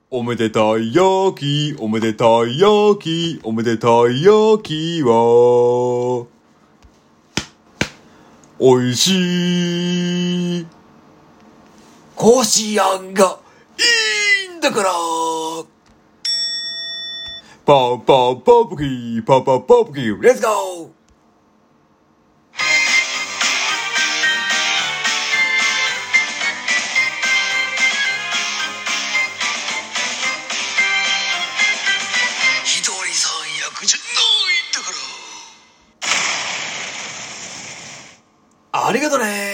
おめでたい焼き、おめでたい焼き、おめでたい焼きは、おいしい。こしあんがいいんだから。パンパンパンプキー、パンパンパンプキー、レッツゴー。一人三役じゃないんだから。ありがとね。